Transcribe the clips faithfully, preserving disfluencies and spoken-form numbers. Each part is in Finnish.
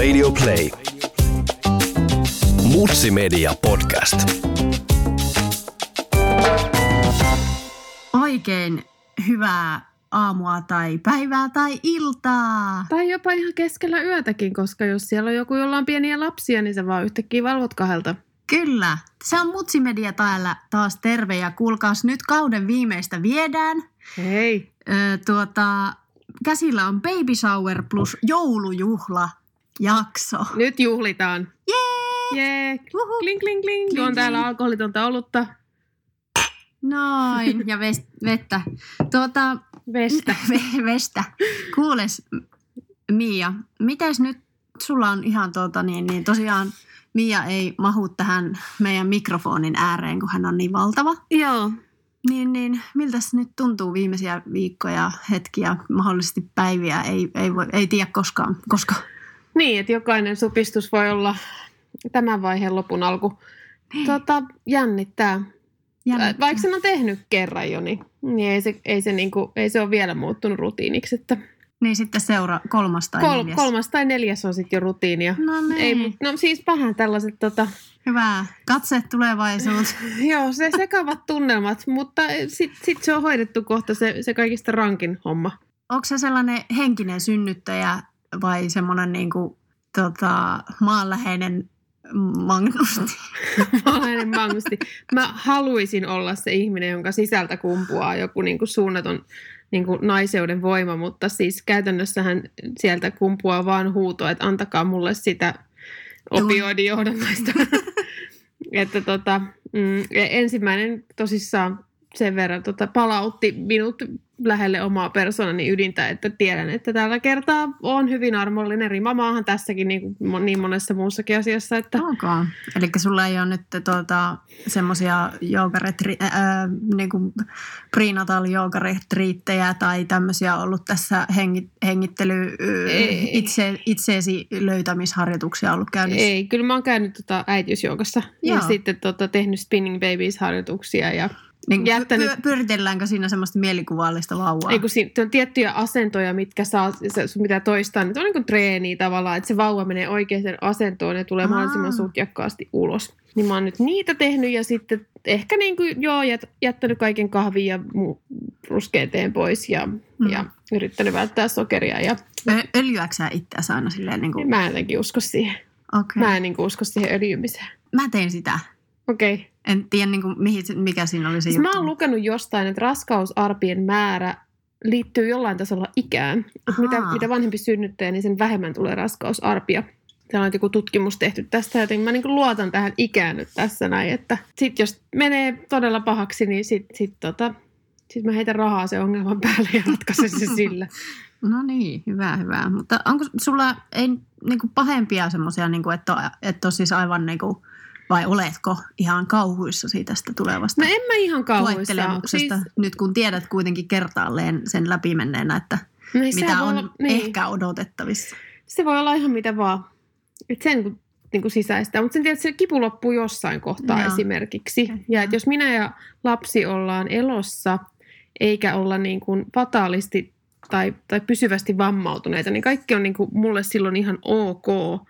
Radio Play. Mutsi Media Podcast. Oikein hyvää aamua tai päivää tai iltaa. Tai jopa ihan keskellä yötäkin, koska jos siellä on joku, jolla on pieniä lapsia, niin se vaan yhtäkkiä valvot kahdelta. Kyllä. Se on Mutsi Media täällä taas terve ja kuulkaas, nyt kauden viimeistä viedään. Hei. Ö, tuota, käsillä on Baby Shower plus joulujuhla jakso. Nyt juhlitaan. Jee! Jee! Uhu. Kling, kling, kling. Kling, Juon täällä kling. alkoholitonta olutta. Noin, ja ves, vettä. Tuota, Vestä. Vestä. Kuules, Mia, mitäs nyt, sulla on ihan tuota niin, niin tosiaan Mia ei mahu tähän meidän mikrofonin ääreen, kun hän on niin valtava. Joo. Niin, niin miltäs nyt tuntuu viimeisiä viikkoja, hetkiä, mahdollisesti päiviä, ei, ei, voi, ei tiedä koskaan, koska. Niin, että jokainen supistus voi olla tämän vaiheen lopun alku. Niin. Tota, jännittää. Jännittää. Vaikka sen on tehnyt kerran jo, niin, niin ei, se, ei, se niinku, ei se ole vielä muuttunut rutiiniksi. Että Niin sitten seura kolmas tai kol, neljäs. kolmas tai neljäs on sitten jo rutiinia. No niin. Ei, mut- no siis vähän tällaiset, tota, Hyvä. Katse tulevaisuus. joo, se sekavat tunnelmat, mutta sitten sit se on hoidettu kohta se, se kaikista rankin homma. Onko se sellainen henkinen synnyttäjä vai semmoinen niinku, tota, maanläheinen magnusti? Maalainen mangusti. Mä haluaisin olla se ihminen, jonka sisältä kumpuaa joku niinku suunnaton niinku naiseuden voima, mutta siis käytännössähän sieltä kumpuaa vaan huuto, että antakaa mulle sitä opioidijohdannaista. Että tota, mm, ensimmäinen tosissaan sen verran tota, palautti minut lähelle omaa persoonani ydintä, että tiedän, että tällä kertaa on hyvin armollinen rimamaahan tässäkin niin, kuin niin monessa muussakin asiassa. Että Okay. Eli sulla ei ole nyt tuota, semmoisia joogaretri, äh, niin kuin prenatal joogaretriittejä tai tämmöisiä ollut tässä hengi, hengittely, äh, itse, itseesi löytämisharjoituksia ollut käynnissä? ei, kyllä mä oon käynyt tota äitiysjoogassa ja Joo. sitten tota, tehnyt spinning babies-harjoituksia ja Niin, jättänyt. py- pyöritelläänkö siinä semmoista mielikuvallista vauvaa? Ei, kun siinä on tiettyjä asentoja, mitkä saa, se, sun pitää toistaa, niin on niin kuin treeniä tavallaan, että se vauva menee oikeaan asentoon ja tulee Aa. mahdollisimman sutjakkaasti ulos. Niin mä oon nyt niitä tehnyt ja sitten ehkä niin kuin, joo, jät, jättänyt kaiken kahvin ja muu ruskeen pois ja, Mm. ja yrittänyt välttää sokeria. Ja Ö- Öljyäksä sä itseäsi aina silleen niin kuin. mä en jotenkin usko siihen. Okay. Mä en niin kuin usko siihen öljymiseen. Mä teen sitä. Okei. Okay. En tiedä, niin kuin, mihin, mikä siinä oli se Siis juttu. mä oon lukenut jostain, että raskausarpien määrä liittyy jollain tasolla ikään. Että mitä, Ahaa. mitä vanhempi synnyttäjä, niin sen vähemmän tulee raskausarpia. Täällä on joku tutkimus tehty tästä, joten mä niin kuin luotan tähän ikään nyt tässä näin. Että sit jos menee todella pahaksi, niin sit, sit, tota, sit mä heitän rahaa sen ongelman päälle ja ratkaisen se sillä. No niin, hyvä, hyvä. Mutta onko sulla ei niin kuin pahempia semmoisia, niin kuin, että, et ole siis aivan niin kuin, vai oletko ihan kauhuissasi tästä tulevasta No en mä ihan kauhuissa. koettelemuksesta, Siis, nyt kun tiedät kuitenkin kertaalleen sen läpimenneenä, että no niin, mitä sehän voi on olla- niin. ehkä odotettavissa. Se voi olla ihan mitä vaan. Et sen kun niin kuin sisäistää. Mutta sen tiedät, että se kipu loppuu jossain kohtaa Joo. esimerkiksi. Joo. Ja että jos minä ja lapsi ollaan elossa, eikä olla niin kuin fataalisti tai, tai pysyvästi vammautuneita, niin kaikki on niin kuin mulle silloin ihan ok.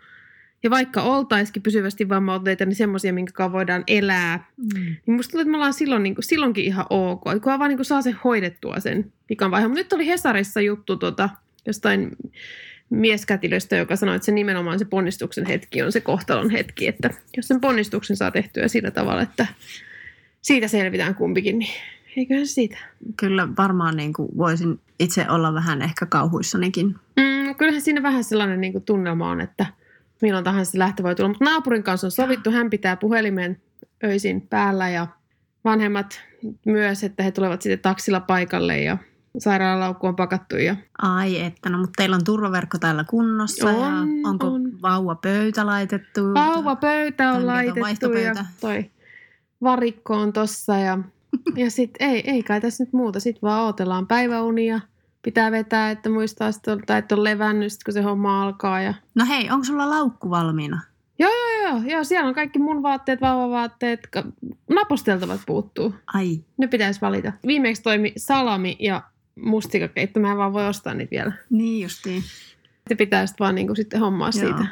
Ja vaikka oltaisikin pysyvästi vammautuneita, niin semmoisia, minkä kanssa voidaan elää. Mm. Niin musta tuntuu, että me ollaan silloin, niin kuin, silloinkin ihan ok. Kun vaan niin kuin saa sen hoidettua sen vikan vaiheen. Mutta nyt oli Hesarissa juttu tota, jostain mieskätilöstä, joka sanoi, että se nimenomaan se ponnistuksen hetki on se kohtalon hetki. Että jos sen ponnistuksen saa tehtyä sillä tavalla, että siitä selvitään kumpikin, niin eiköhän se siitä. Kyllä varmaan niin kuin voisin itse olla vähän ehkä kauhuissanikin. Mm, kyllähän siinä vähän sellainen niin kuin tunnelma on, että milloin tahansa se lähtö voi tulla. Mutta naapurin kanssa on sovittu, hän pitää puhelimen öisin päällä ja vanhemmat myös, että he tulevat sitten taksilla paikalle ja sairaalalaukku on pakattu. Ja Ai että, no mutta teillä on turvaverkko täällä kunnossa On, ja onko on. vauvapöytä laitettu? vauvapöytä Tai on mikä tuo laitettu ja vaihtopöytä? toi varikko on tossa ja, ja sitten ei, ei kai tässä nyt muuta. Sitten vaan odotellaan päiväunia. Pitää vetää, että muistaa, sitten, tai että on levännyt, sit kun se homma alkaa. Ja No hei, onko sulla laukku valmiina? Joo, joo, joo, joo. Siellä on kaikki mun vaatteet, vauvavaatteet. ka- Naposteltavat puuttuu. Ai, Ne pitäisi valita. Viimeksi toimi salami ja mustikakeitto. Mä en vaan voi ostaa niitä vielä. niin justiin. Se pitää sitten vaan niinku sitten hommaa Joo. siitä.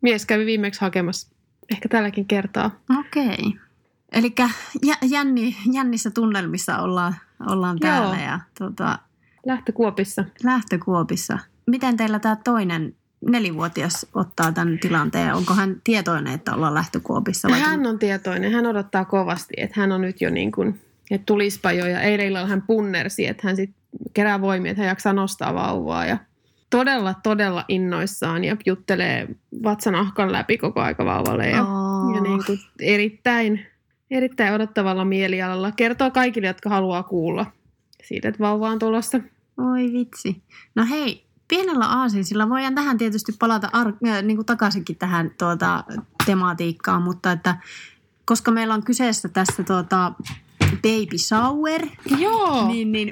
mies kävi viimeksi hakemassa. Ehkä tälläkin kertaa. Okei. Eli jänni, jännissä tunnelmissa ollaan, ollaan täällä. Ja, tuota, lähtökuopissa. Lähtökuopissa. Miten teillä tämä toinen nelivuotias ottaa tämän tilanteen? Onko hän tietoinen, että ollaan lähtökuopissa? Vai hän on tietoinen. Hän odottaa kovasti, että hän on nyt jo niin kuin, että tulispa jo. Ja eilen illalla hän punnersi, että hän sitten kerää voimia, että hän jaksaa nostaa vauvaa. Ja todella, todella innoissaan ja juttelee vatsanahkan läpi koko aika vauvalle. Ja, oh. ja niin kuin erittäin, erittäin odottavalla mielialalla. Kertoo kaikille, jotka haluaa kuulla siitä, että vauva on tulossa. Oi vitsi. No hei, pienellä aasinsilla voidaan tähän tietysti palata ar- niin kuin takaisinkin tähän tuota, tematiikkaan, mutta että koska meillä on kyseessä tässä tuota, baby shower. Joo. Niin, niin,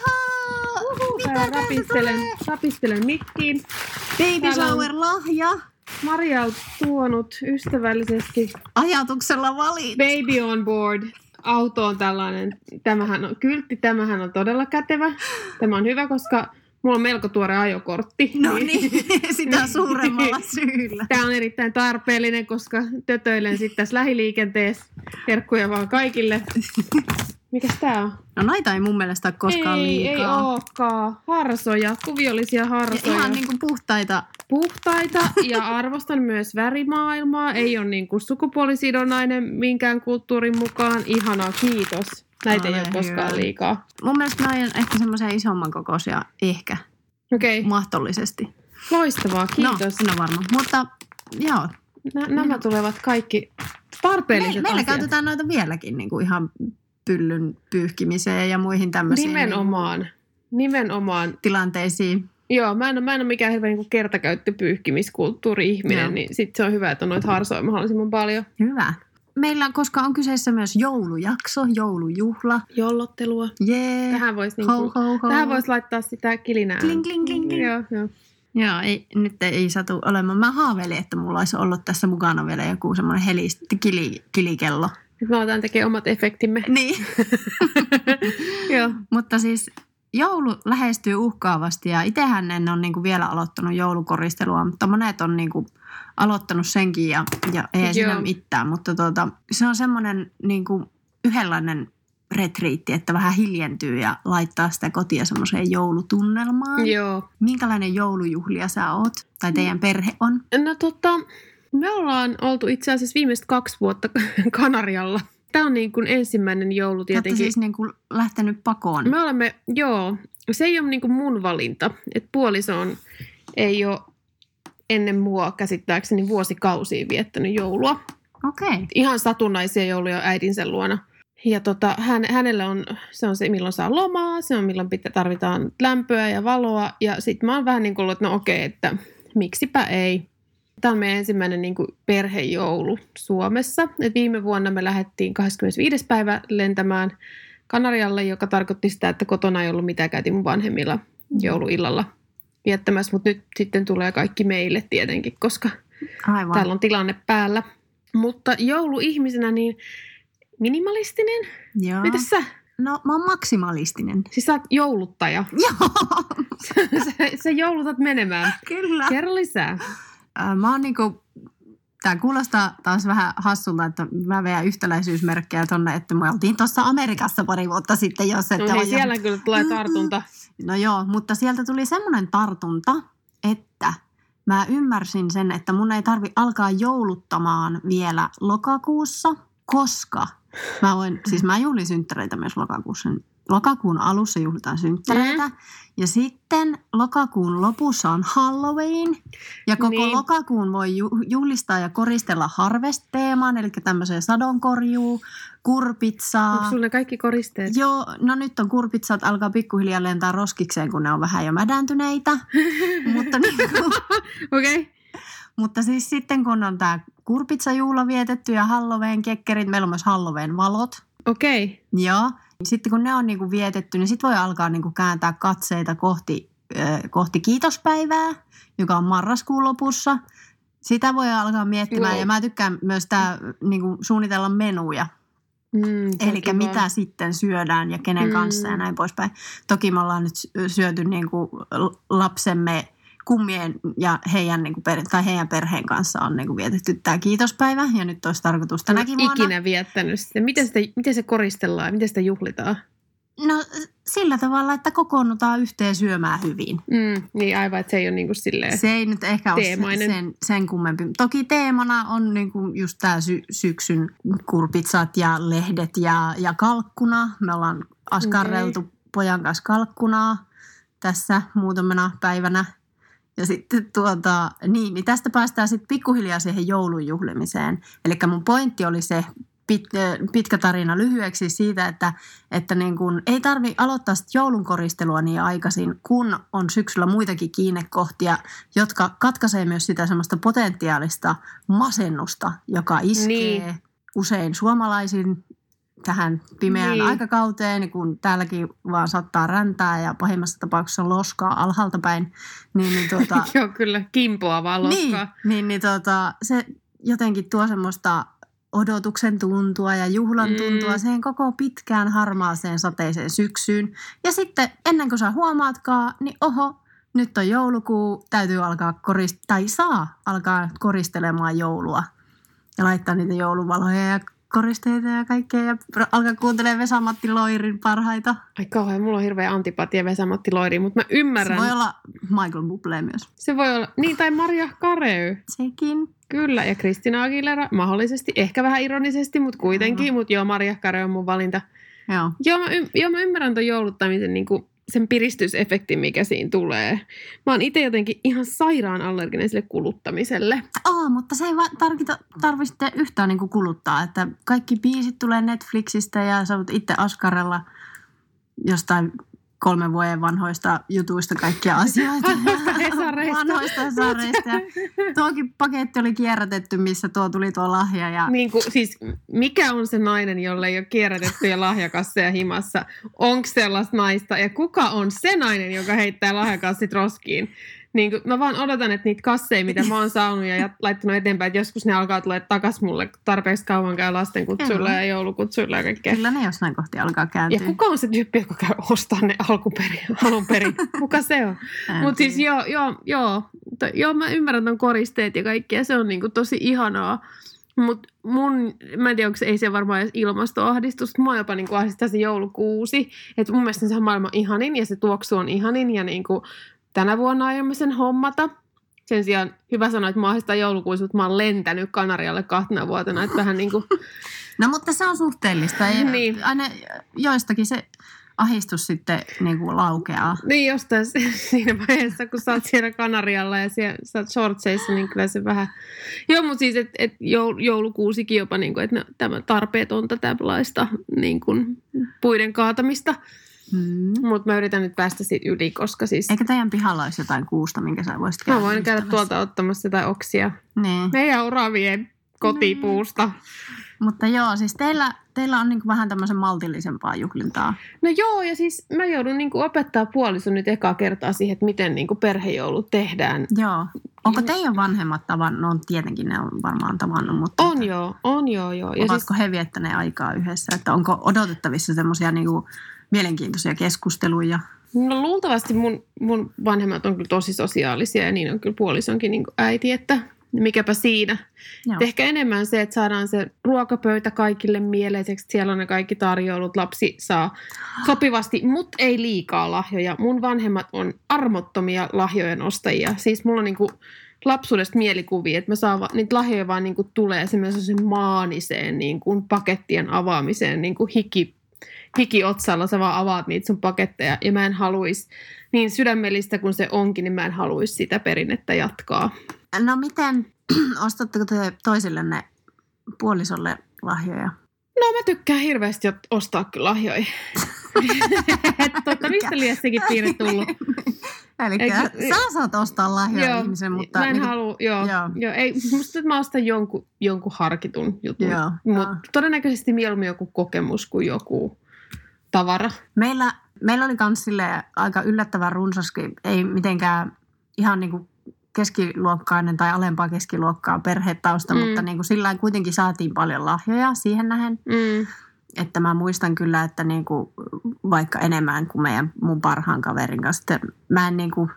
wow! Mitä rapistelen, rapistelen mikkiin. Baby shower lahja. Maria on tuonut ystävällisesti ajatuksella valit. Baby on board. Auto on tällainen, tämähän on kyltti, tämähän on todella kätevä. Tämä on hyvä, koska mulla on melko tuore ajokortti. No niin, sitä suuremmalla syyllä. Tämä on erittäin tarpeellinen, koska tötöilen sitten tässä lähiliikenteessä. Herkkuja vaan kaikille. Mikäs tää on? No näitä ei mun mielestä ole koskaan ei, liikaa. Ei ookaan. Harsoja, kuviollisia harsoja. Ja ihan niinku puhtaita. Puhtaita ja arvostan myös värimaailmaa. Ei ole niinku sukupuolisidonnainen minkään kulttuurin mukaan. Ihanaa, kiitos. Näitä ole ei ole koskaan hyvä. Liikaa. Mun mielestä nämä on ehkä semmoisia isomman kokoisia ehkä. Okei. Okay. Mahdollisesti. Loistavaa, kiitos. No, no varmaan. Mutta joo. Nä, nämä tulevat kaikki tarpeelliset Me, Meillä asiat. käytetään noita vieläkin niinku ihan pyllyn pyyhkimiseen ja muihin tämmöisiin. Nimenomaan. Niin, nimenomaan. Tilanteisiin. Joo, mä en ole, mä en ole mikään hyvä niin kertakäyttöpyyhkimiskulttuuri-ihminen, niin sit se on hyvä, että on noita harsoja mahdollisimman paljon. Hyvä. Meillä, koska on kyseessä myös joulujakso, joulujuhla. Jollottelua. Jee. Tähän voisi niinku, vois laittaa sitä kilinää. Kling, kling, kling, kling. Joo, joo. Joo, ei, nyt ei satu olemaan. Mä haaveilin, että mulla olisi ollut tässä mukana vielä joku semmoinen helist, kili, kilikello. Nyt mä otan tekemään omat efektimme. Niin. Joo. Mutta siis joulu lähestyy uhkaavasti ja itsehän en ole niinku vielä aloittanut joulukoristelua, mutta monet on niinku aloittanut senkin ja, ja ei siinä mitään. Mutta tuota, se on semmoinen niinku yhdenlainen retriitti, että vähän hiljentyy ja laittaa sitä kotia semmoiseen joulutunnelmaan. Joo. Minkälainen joulujuhlia sä oot tai teidän perhe on? No tota, me ollaan oltu itse asiassa viimeiset kaksi vuotta Kanarialla. Tämä on niin kuin ensimmäinen joulu tietenkin. Olette siis niin kuin lähtenyt pakoon? Me olemme, joo. Se ei ole niin kuin mun valinta. Että puoliso on, ei ole ennen mua käsittääkseni vuosikausiin viettänyt joulua. Okei. Okay. Ihan satunnaisia jouluja äidinsä luona. Ja tota, hän, hänellä on, se on se milloin saa lomaa, se on milloin pitää, tarvitaan lämpöä ja valoa. Ja sitten mä oon vähän niin kuin ollut, että no okei, että miksipä ei. Tämä on meidän ensimmäinen niin kuin perhejoulu Suomessa. Et viime vuonna me lähdettiin kahdeskymmenesviides päivä lentämään Kanarialle, joka tarkoitti sitä, että kotona ei ollut mitään, käytiin mun vanhemmilla jouluillalla viettämässä. Mutta nyt sitten tulee kaikki meille tietenkin, koska Aivan. täällä on tilanne päällä. Mutta jouluihmisenä niin minimalistinen. Joo. Mitäs sä? No mä oon maksimalistinen. Siis sä oot jouluttaja. Joo. sä, sä joulutat menemään. Kyllä. Kerro lisää. Äh, mä oon niinku, tää kuulostaa taas vähän hassulta, että mä vedän yhtäläisyysmerkkejä tonne, että me oltiin tuossa Amerikassa pari vuotta sitten, jos että no hei, on siellä jo... kyllä tulee tartunta. No joo, mutta sieltä tuli semmoinen tartunta, että mä ymmärsin sen, että mun ei tarvi alkaa jouluttamaan vielä lokakuussa, koska mä voin, siis mä juhlin synttäreitä myös lokakuussa. Lokakuun alussa juhlitaan synttäreitä mm. ja sitten lokakuun lopussa on Halloween ja koko niin. lokakuun voi juhlistaa ja koristella harvest-teemaan, eli tämmöiseen sadonkorjuu, kurpitsaa. Onko sulla ne kaikki koristeet? Joo, no nyt on kurpitsat, alkaa pikkuhiljaa lentää roskikseen, kun ne on vähän jo mädäntyneitä. Mutta niin kuin, okei. Okay. Mutta siis sitten kun on tämä kurpitsajuhla vietetty ja Halloween-kekkerit, meillä on myös Halloween-valot. Okei. Okay. Joo. Sitten kun ne on niinku vietetty, niin sitten voi alkaa niinku kääntää katseita kohti, äh, kohti kiitospäivää, joka on marraskuun lopussa. Sitä voi alkaa miettimään. No. Ja mä tykkään myös tää, niinku, suunnitella menuja. Mm, eli mitä sitten syödään ja kenen mm. kanssa ja näin poispäin. Toki me ollaan nyt syöty niinku lapsemme kummien ja heidän, niin kuin per, tai heidän perheen kanssa on niin kuin vietetty tämä kiitospäivä. Ja nyt olisi tarkoitus tänäkin vuonna. Ikinä viettänyt sitä. Miten, sitä. miten se koristellaan ja miten sitä juhlitaan? No sillä tavalla, että kokoonnutaan yhteen syömään hyvin. Mm, niin aivan, että se ei ole niin kuin silleen Se ei nyt ehkä teemainen. ole sen, sen kummempi. Toki teemana on niin kuin just tämä sy- syksyn kurpitsat ja lehdet ja, ja kalkkuna. Me ollaan askarreltu okay. pojan kanssa kalkkunaa tässä muutamana päivänä. Ja sitten tuota, niin, niin tästä päästään sitten pikkuhiljaa siihen joulun juhlimiseen. Eli mun pointti oli se, Pit, pitkä tarina lyhyeksi siitä, että, että niin kun ei tarvitse aloittaa sit joulun koristelua niin aikaisin, kun on syksyllä muitakin kiinnekohtia, jotka katkaisee myös sitä semmoista potentiaalista masennusta, joka iskee niin. usein suomalaisin tähän pimeään niin. aikakauteen, kun täälläkin vaan saattaa räntää ja pahimmassa tapauksessa loskaa alhaalta päin. Niin, niin tuota, Joo, kyllä, kimpoavaa loskaa. Niin, niin, niin tuota, se jotenkin tuo semmoista odotuksen tuntua ja juhlan tuntua mm. siihen koko pitkään harmaaseen sateiseen syksyyn. Ja sitten ennen kuin sä huomaatkaan, niin oho, nyt on joulukuu, täytyy alkaa korist- tai saa alkaa koristelemaan joulua. Ja laittaa niitä jouluvaloja ja koristeita ja kaikkea ja alkaa kuuntelemaan Vesa-Matti Loirin parhaita. Ai kauhean, mulla on hirveä antipatia Vesa-Matti Loiriin, mutta mä ymmärrän. Se voi olla Michael Bublé myös. Se voi olla, niin tai Maria Carey. Sekin. Kyllä, ja Christina Aguilera mahdollisesti, ehkä vähän ironisesti, mutta kuitenkin, no. mutta joo, Maria Carey on mun valinta. Joo. Joo, mä, y- joo, mä ymmärrän ton jouluttamisen niin kuin sen piristysefektin, mikä siinä tulee. Mä oon itse jotenkin ihan sairaan allerginen sille kuluttamiselle. Aa, mutta se ei tarvitse yhtään niin kuin kuluttaa, että kaikki biisit tulee Netflixistä ja sä voit itse askarella jostain kolmen vuoden vanhoista jutuista kaikkia asioita. Vanhoista hesareista. Vanhoista hesareista. Ja tuokin paketti oli kierrätetty, missä tuo tuli tuo lahja. Ja... Niin kuin, siis mikä on se nainen, jolle ei ole kierrätettyjä lahjakasseja himassa? Onko sellaista naista? Ja kuka on se nainen, joka heittää lahjakassit roskiin? Niin kuin, mä vaan odotan, että niitä kasseja, mitä mä oon saanut ja laittanut eteenpäin, että joskus ne alkaa tulla takaisin mulle tarpeeksi kauan käy lastenkutsuilla ja joulukutsuilla ja kaikkea. Kyllä ne jossain kohti alkaa kääntyä. Ja kuka on se tyyppi, joka käy ostaa ne alkuperin, alun perin? Kuka se on? Mutta siis joo, joo, joo, to, joo, mä ymmärrän ton koristeet ja kaikkea, se on niinku tosi ihanaa. Mutta mun, mä en tiedä, onko se, ei se varmaan edes ilmastoahdistus. Mua jopa niinku ahdistaa se joulukuusi. Että mun mielestä se on maailman ihanin ja se tuoksu on ihanin ja niinku tänä vuonna aiomme sen hommata. Sen sijaan hyvä sanoa, että mä ahdistan joulukuusi, mutta mä oon lentänyt Kanarialle kahtena vuotena. Että vähän niin kuin... No mutta se on suhteellista. Ei, niin. Aina joistakin se ahdistus sitten niin kuin laukeaa. Niin jostain siinä vaiheessa, kun sä oot siellä Kanarialla ja siellä, sä oot shortseissa, niin kyllä se vähän... Joo, mutta siis, että et joulukuusikin jopa, niin kuin, että no, tämä tarpeetonta tällaista niin kuin puiden kaatamista. Hmm. Mutta mä yritän nyt päästä siitä yli, koska siis... Eikö teidän pihalla olisi jotain kuusta, minkä sä voisit käydä? Mä voin käydä tuolta ottamassa jotain oksia. Niin. Meidän oravien kotipuusta. Niin. Mutta joo, siis teillä, teillä on niinku vähän tämmöisen maltillisempaa juhlintaa. No joo, ja siis mä joudun niinku opettaa puolison nyt ekaa kertaa siihen, että miten niinku perhejoulut tehdään. Joo. Onko teidän vanhemmat tavannut? No tietenkin ne on varmaan tavannut, mutta... On joo, on joo joo. Ja ovatko siis... he viettäneet aikaa yhdessä? Että onko odotettavissa semmoisia niinku mielenkiintoisia keskusteluja? No luultavasti mun, mun vanhemmat on kyllä tosi sosiaalisia ja niin on kyllä puolisonkin niin kuin äiti, että mikäpä siinä. Ehkä enemmän se, että saadaan se ruokapöytä kaikille mieleiseksi. Siellä on ne kaikki tarjoulut. Lapsi saa sopivasti, mutta ei liikaa lahjoja. Mun vanhemmat on armottomia lahjojen ostajia. Siis mulla on niin kuin lapsuudesta mielikuvia, että mä saan va- niitä lahjoja vaan niin kuin tulee semmoisen maaniseen niin kuin pakettien avaamiseen, niin kuin hiki hikiotsalla sä vaan avaat niitä sun paketteja ja mä en haluisi, niin sydämellistä kuin se onkin, niin mä en haluisi sitä perinnettä jatkaa. No miten, ostatteko te toisillenne puolisolle lahjoja? No mä tykkään hirveästi ostaa kyllä lahjoja. Totta, mistä liian sekin piirre tullut? Eli Eikä, sä saat ostaa lahjoja joo, ihmisen, mutta... Mä en niin, halua, joo. joo. joo ei, musta mä ostan jonkun, jonkun harkitun jutun. Mutta todennäköisesti mieluummin joku kokemus kuin joku tavara. Meillä, meillä oli myös aika yllättävän runsaskin, ei mitenkään ihan niin kuin keskiluokkainen tai alempaa keskiluokkaa perhetausta, mm. mutta niin kuin sillä kuitenkin saatiin paljon lahjoja siihen nähen. Mm. Että mä muistan kyllä, että niin kuin vaikka enemmän kuin meidän mun parhaan kaverin kanssa. Mä en niin kuin,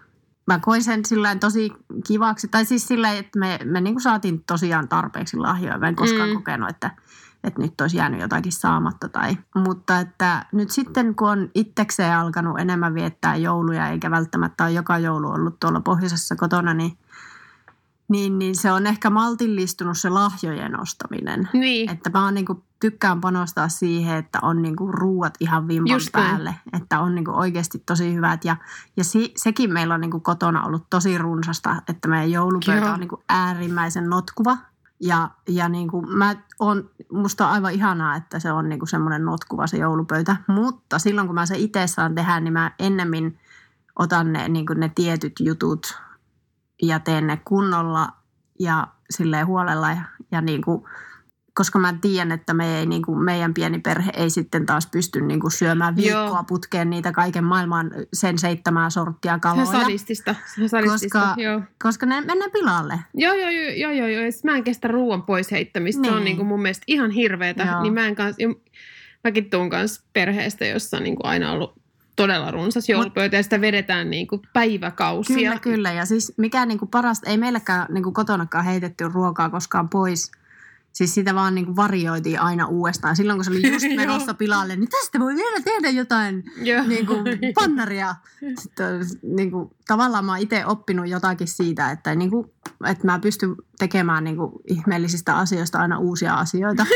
mä koin sen sillain tosi kivaksi. Tai siis sillä että me, me niin kuin saatiin tosiaan tarpeeksi lahjoja. Mä en koskaan mm. kokenut, että, että nyt olisi jäänyt jotakin saamatta. Tai, mutta että nyt sitten, kun on itsekseen alkanut enemmän viettää jouluja, eikä välttämättä ole joka joulu ollut tuolla pohjoisessa kotona, niin Niin, niin se on ehkä maltillistunut se lahjojen ostaminen. Niin. Että mä oon niinku, tykkään panostaa siihen, että on niinku ruuat ihan vimpan Just päälle. Näin. Että on niinku oikeasti tosi hyvät. Ja, ja si, sekin meillä on niinku kotona ollut tosi runsasta, että meidän joulupöytä Joo. on niinku äärimmäisen notkuva. Ja, ja niinku mä on, musta on aivan ihanaa, että se on niinku semmoinen notkuva se joulupöytä. Mutta silloin kun mä se itse saan tehdä, niin mä ennemmin otan ne, niinku ne tietyt jutut ja teen ne kunnolla ja silleen huolella. Ja, ja niin kuin, koska mä tiedän, että me ei, niin kuin, meidän pieni perhe ei sitten taas pysty niin kuin syömään viikkoa Joo. putkeen niitä kaiken maailman sen seitsemää sorttia kaloja. Se on sadistista. Se on sadistista. Koska, joo. koska ne menee pilalle. Joo, joo, joo, joo, joo, joo. Mä en kestä ruoan pois heittämistä. Niin. Se on niin kuin mun mielestä ihan hirveetä. Joo. Niin mä en kans, mäkin tuun kanssa perheestä, jossa on niin kuin aina ollut todella runsas joulupöytä ja sitä vedetään niin kuin päiväkausia. Kyllä, kyllä. Ja siis mikä niin kuin parasta, ei meilläkään niin kuin kotonakaan heitetty ruokaa koskaan pois. Siis sitä vaan niin kuin varioitiin aina uudestaan. Silloin kun se oli just menossa pilalle, niin tästä voi vielä tehdä jotain niin kuin pannaria. Sitten niin kuin, tavallaan mä oon itse oppinut jotakin siitä, että, niin kuin, että mä pystyn tekemään niin kuin ihmeellisistä asioista aina uusia asioita.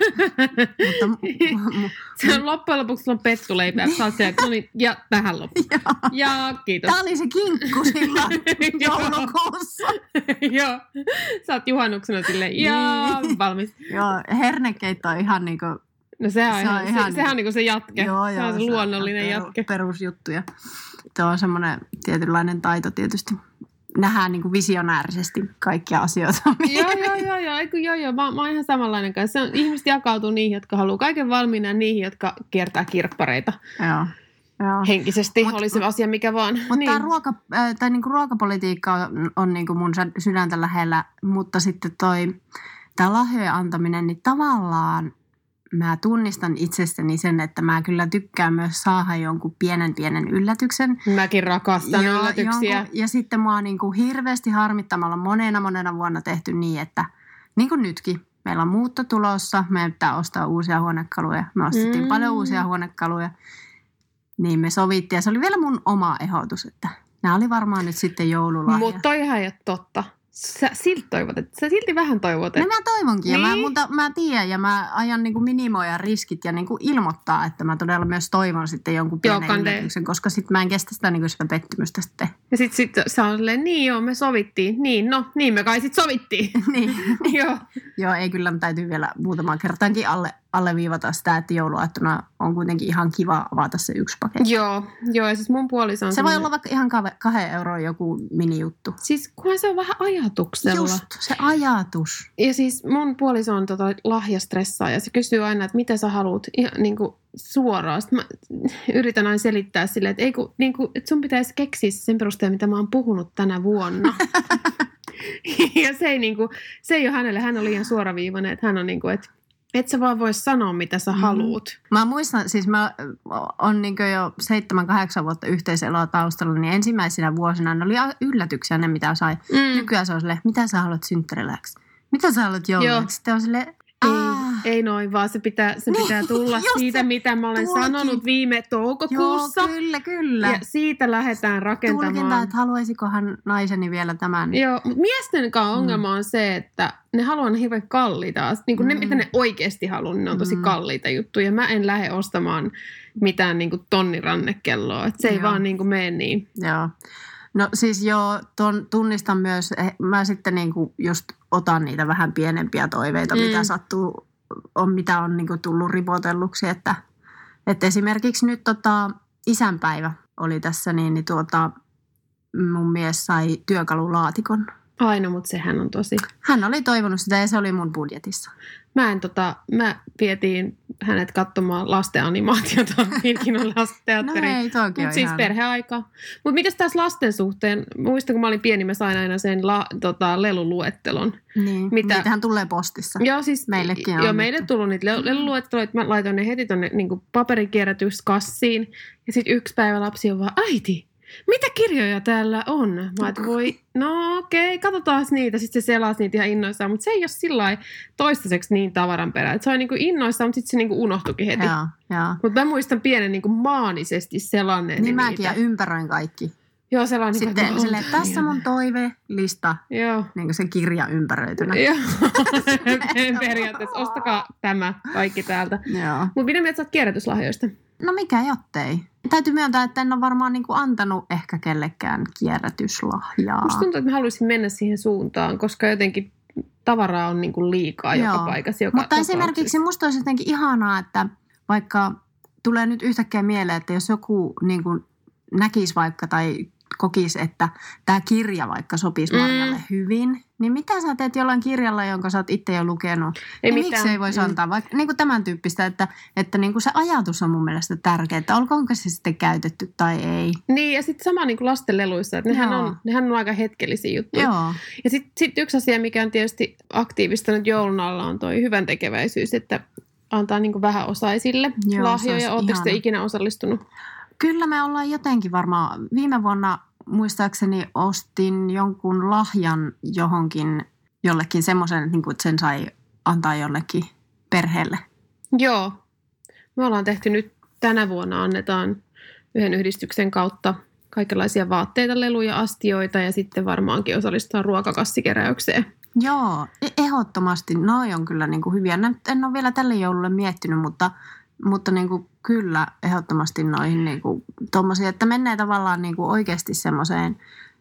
Mutta, se on loppujen lopuksi sulla on pettuleipä, ja sä oot siellä, no niin, ja tähän loppuun. Ja kiitos. Tää oli se kinkku silloin joulukuussa. Joo, sä oot juhannuksena silleen, ja valmis. Joo, hernekeitto on ihan niinku... No sehän on, se on ihan, ihan se, sehän on niinku se jatke. Joo, se joo, on se, se luonnollinen on jatke. Perusjuttu. Ja tuo on semmoinen tietynlainen taito tietysti. Nähdään niin kuin visionäärisesti kaikkia asioita. joo, joo, joo, joo, Eiku, joo, joo. Mä, mä oon ihan samanlainen kanssa. On, ihmiset jakautuu niihin, jotka haluaa kaiken valmiina, niihin, jotka kiertää kirppareita. Joo. Joo. Henkisesti mut, oli se asia mikä vaan. Mutta niin. tämä ruoka, tai niinku ruokapolitiikka on, on niinku mun sydäntä lähellä, mutta sitten toi tämä lahjojen antaminen, niin tavallaan mä tunnistan itsestäni sen, että mä kyllä tykkään myös saada jonkun pienen pienen yllätyksen. Mäkin rakastan Joo, yllätyksiä. Jonkun, ja sitten mä oon niinku hirveästi harmittamalla monena monena vuonna tehty niin, että niin kuin nytkin. Meillä on muutto tulossa, meidän pitää ostaa uusia huonekaluja. Me ostettiin mm. paljon uusia huonekaluja. Niin me sovittiin, ja se oli vielä mun oma ehdotus, että nämä oli varmaan nyt sitten joululahja. Mutta toihan ei ole totta. Sä silti toivot, että sä silti vähän toivot. Että... No mä toivonkin, niin. ja mä, mutta mä tiedän, ja mä ajan niin kuin minimoida riskit ja niin kuin ilmoittaa, että mä todella myös toivon sitten jonkun pienen joo, yllätyksen, koska sitten mä en kestä sitä, niin kuin sitä pettymystä sitten. Ja sitten sit, sä on silleen, niin joo, me sovittiin. Niin, no, niin me kai sitten sovittiin. niin. joo. Joo, ei kyllä, mä täytyy vielä muutamaan kertaankin alle, alleviivata sitä, että jouluaattona on kuitenkin ihan kiva avata se yksi paketti. Joo, joo, ja siis mun puoliso on se semmoinen... voi olla vaikka ihan kahden euroa joku minijuttu. Siis kunhan se on vähän ajatuksella. Just, se ajatus. Ja siis mun puoliso on tota lahjastressaa ja se kysyy aina, että mitä sä haluat ihan niin kuin suoraan. Sitten mä yritän aina selittää silleen, että, ei kun, niin kuin, että sun pitäisi keksiä sen perusteella, mitä mä oon puhunut tänä vuonna. ja se ei, niin kuin, se ei ole hänelle, hän on liian suoraviivainen, että hän on niin kuin, että et sä vaan voi sanoa, mitä sä mm. haluut. Mä muistan, siis mä on niin jo seitsemän, kahdeksan vuotta yhteiseloa taustalla, niin ensimmäisenä vuosina ne oli yllätyksiä ne, mitä sai. Mm. Nykyään se on silleen, mitä sä haluat synttäriläksi? Mitä sä haluat jouluksi? Sitten on silleen, ei, ei noin, vaan se pitää, se niin, pitää tulla siitä, mitä mä olen tuokin. sanonut viime toukokuussa. Joo, kyllä, kyllä. Ja siitä lähdetään rakentamaan. Tulkinta, että haluaisikohan naiseni vielä tämän. Joo, mutta miesten kanssa ongelma mm. on se, että ne haluaa ne hirveän kalliita. Niin kuin mm. ne, mitä ne oikeasti haluaa, niin ne on tosi mm. kalliita juttuja. Mä en lähde ostamaan mitään niin kuin tonnirannekelloa. Että se ei joo. vaan niin kuin mene niin. Joo. No siis joo, ton, tunnistan myös, mä sitten niinku just otan niitä vähän pienempiä toiveita, mm. mitä sattuu, on, mitä on niinku tullut ripotelluksi. Että, että esimerkiksi nyt tota, isänpäivä oli tässä, niin, niin tuota, mun mies sai työkalulaatikon. Aina, mutta sehän on tosi... Hän oli toivonut sitä ja se oli mun budjetissa. Mä en tota, mä vietiin hänet katsomaan lasten animaatiota Vilkinon lastenteatteriin. No ei, toki Mutta siis ihan... perheaikaa. Mutta mitäs tässä lasten suhteen? Muistan, kun mä olin pieni, mä sain aina sen la, tota, leluluettelon. Niin, mitä... niitähän tulee postissa. Joo, siis meillekin on. Joo, meille tullut niitä leluluetteloita. Mä laitoin ne heti tonne niin paperikierrätyskassiin. Ja sitten yksi päivä lapsi on vaan, äiti, mitä kirjoja täällä on? Mä et voi, no okei, okay, katsotaan niitä. Sitten se selasi niitä ihan innoissaan, mutta se ei ole sillä lailla toistaiseksi niin tavaran perä. Et se oli niinku innoissaan, mutta sitten se niinku unohtuikin heti. Mutta mä muistan pienen niinku maanisesti selanneeni niin niitä. Mäkin ja ympäröin kaikki. Joo, sellainen. Sitten niin silleen, tässä mun toivelista, Joo. niin kuin se kirja ympäröitynä. Joo, periaatteessa ostakaa tämä kaikki täältä. Mutta mitä mieltä sä oot kierrätyslahjoista? No mikä jottei. Täytyy myöntää, että en ole varmaan niin kuin antanut ehkä kellekään kierrätyslahjaa. Musta tuntuu, että mä haluaisin mennä siihen suuntaan, koska jotenkin tavaraa on niin kuin liikaa Joo. joka paikassa. Joka Mutta esimerkiksi musta olisi jotenkin ihanaa, että vaikka tulee nyt yhtäkkiä mieleen, että jos joku niin kuin näkisi vaikka tai kokisi, että tämä kirja vaikka sopisi Marjalle mm. hyvin, niin mitä sä teet jollain kirjalla, jonka sä oot itse jo lukenut? Ei niin miksi ei voisi antaa vaikka niin kuin tämän tyyppistä, että, että niin kuin se ajatus on mun mielestä tärkeä, että olkoonko se sitten käytetty tai ei. Niin ja sitten sama niin kuin lastenleluissa, että nehän on, nehän on aika hetkellisiä juttuja. Joo. Ja sitten sit yksi asia, mikä on tietysti aktiivista nyt joulun alla, on toi hyvän tekeväisyys, että antaa niin kuin vähäosaisille Joo, lahjoja. Oletteko te ikinä osallistunut? Kyllä me ollaan jotenkin varmaan. Viime vuonna muistaakseni ostin jonkun lahjan johonkin jollekin semmoisen, että sen sai antaa jollekin perheelle. Joo. Me ollaan tehty nyt tänä vuonna, annetaan yhden yhdistyksen kautta kaikenlaisia vaatteita, leluja, astioita ja sitten varmaankin osallistutaan ruokakassikeräykseen. Joo, ehdottomasti. Noi on kyllä niin kuin hyviä. En ole vielä tälle joululle miettinyt, mutta... Mutta niin kuin kyllä ehdottomasti noihin niin kuin tommosia, että menee tavallaan niin kuin oikeasti semmoiseen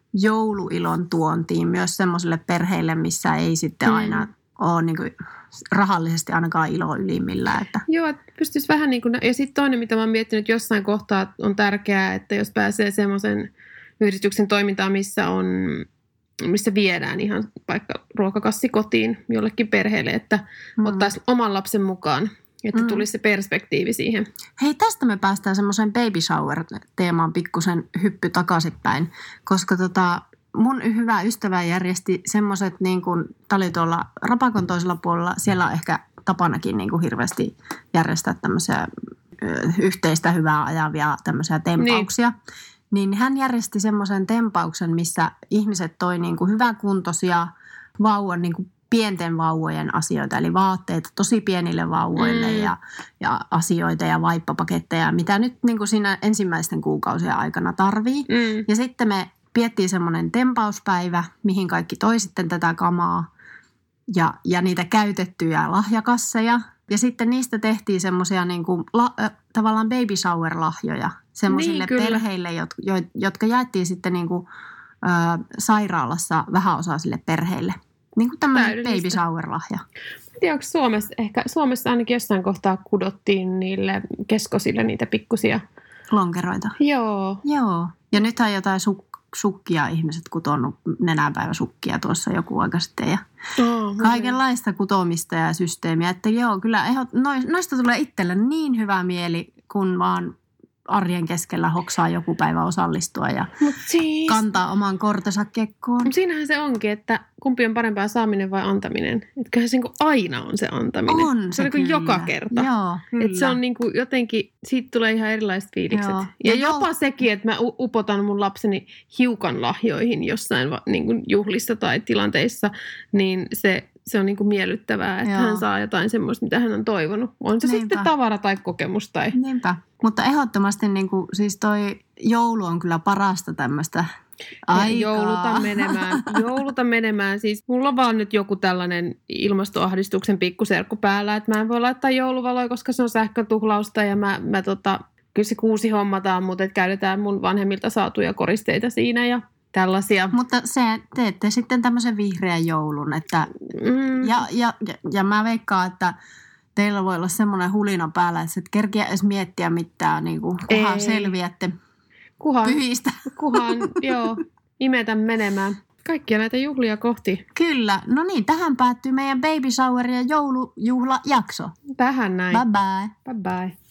jouluilon tuontiin myös semmoisille perheille, missä ei sitten aina mm. ole niin kuin rahallisesti ainakaan ilo ylimmillään. Että. Joo, että pystyisi vähän niin kuin, ja sitten toinen, mitä mä oon miettinyt jossain kohtaa, on tärkeää, että jos pääsee semmoisen yhdistyksen toimintaan, missä on, missä viedään ihan vaikka ruokakassi kotiin jollekin perheelle, että mm. ottaisi oman lapsen mukaan. Että tulisi se perspektiivi siihen. Hei, tästä me päästään semmoiseen baby shower-teemaan pikkusen hyppy takaisinpäin. Koska tota, mun hyvä ystävä järjesti semmoiset, niin kuin, tää oli tuolla Rapakon toisella puolella, siellä on ehkä tapanakin niin kuin hirveästi järjestää tämmöisiä ö, yhteistä hyvää ajavia tämmöisiä tempauksia. Niin. Niin hän järjesti semmoisen tempauksen, missä ihmiset toi niin kuin hyväkuntoisia vauvan niin kuin pienten vauvojen asioita, eli vaatteita tosi pienille vauvoille mm. ja, ja asioita ja vaippapaketteja, mitä nyt niin kuin siinä ensimmäisten kuukausien aikana tarvii. Mm. Ja sitten me piettiin semmoinen tempauspäivä, mihin kaikki toi sitten tätä kamaa ja, ja niitä käytettyjä lahjakasseja. Ja sitten niistä tehtiin semmoisia niin kuin la, äh, tavallaan baby shower-lahjoja semmoisille niin, perheille, jotka, jotka jaettiin sitten niin kuin, äh, sairaalassa vähäosaisille perheille. Niin kuin tämmöinen baby shower-lahja. En tiedä, onko Suomessa, ehkä Suomessa ainakin jossain kohtaa kudottiin niille keskosille niitä pikkusia lonkeroita. Joo. Joo. Ja nythän jotain suk- sukkia ihmiset kutonut, nenäpäiväsukkia tuossa joku aika sitten. Ja oh, kaikenlaista kutomista ja systeemiä. Että joo, kyllä ehdot, noista tulee itselle niin hyvä mieli, kun vaan arjen keskellä hoksaa joku päivä osallistua ja siis kantaa oman kortensa kekkoon. Siinähän se onkin, että kumpi on parempaa, saaminen vai antaminen. Että kyllähän se niin kuin aina on se antaminen. On se, se on niin kuin joka kerta. Joo, kyllä. Että se on niin kuin jotenkin, siitä tulee ihan erilaiset fiilikset. Joo. Ja, ja jopa jo sekin, että mä upotan mun lapseni hiukan lahjoihin jossain niin kuin juhlissa tai tilanteissa, niin se Se on niin kuin miellyttävää, että Joo. hän saa jotain semmoista, mitä hän on toivonut. On se Niinpä. Sitten tavara tai kokemus. Tai... Niinpä. Mutta ehdottomasti niin kuin, siis toi joulu on kyllä parasta tämmöistä aikaa. Jouluta menemään. Jouluta menemään. Siis mulla on vaan nyt joku tällainen ilmastoahdistuksen pikkuserkku päällä, että mä en voi laittaa jouluvaloja, koska se on sähkötuhlausta ja mä, mä tota, kyllä se kuusi hommataan, mutta et käytetään mun vanhemmilta saatuja koristeita siinä ja tällaisia. Mutta se teette sitten tämmöisen vihreän joulun, että mm. ja, ja, ja, ja mä veikkaan, että teillä voi olla semmoinen hulina päällä, että et kerkiä edes miettiä mitään, niin kuin, kunhan Ei. selviätte kuhan, pyhistä. Kuhan, joo, imetä menemään. Kaikkia näitä juhlia kohti. Kyllä. No niin, tähän päättyy meidän baby shower ja joulujuhlajakso. Tähän näin. Bye bye. Bye bye.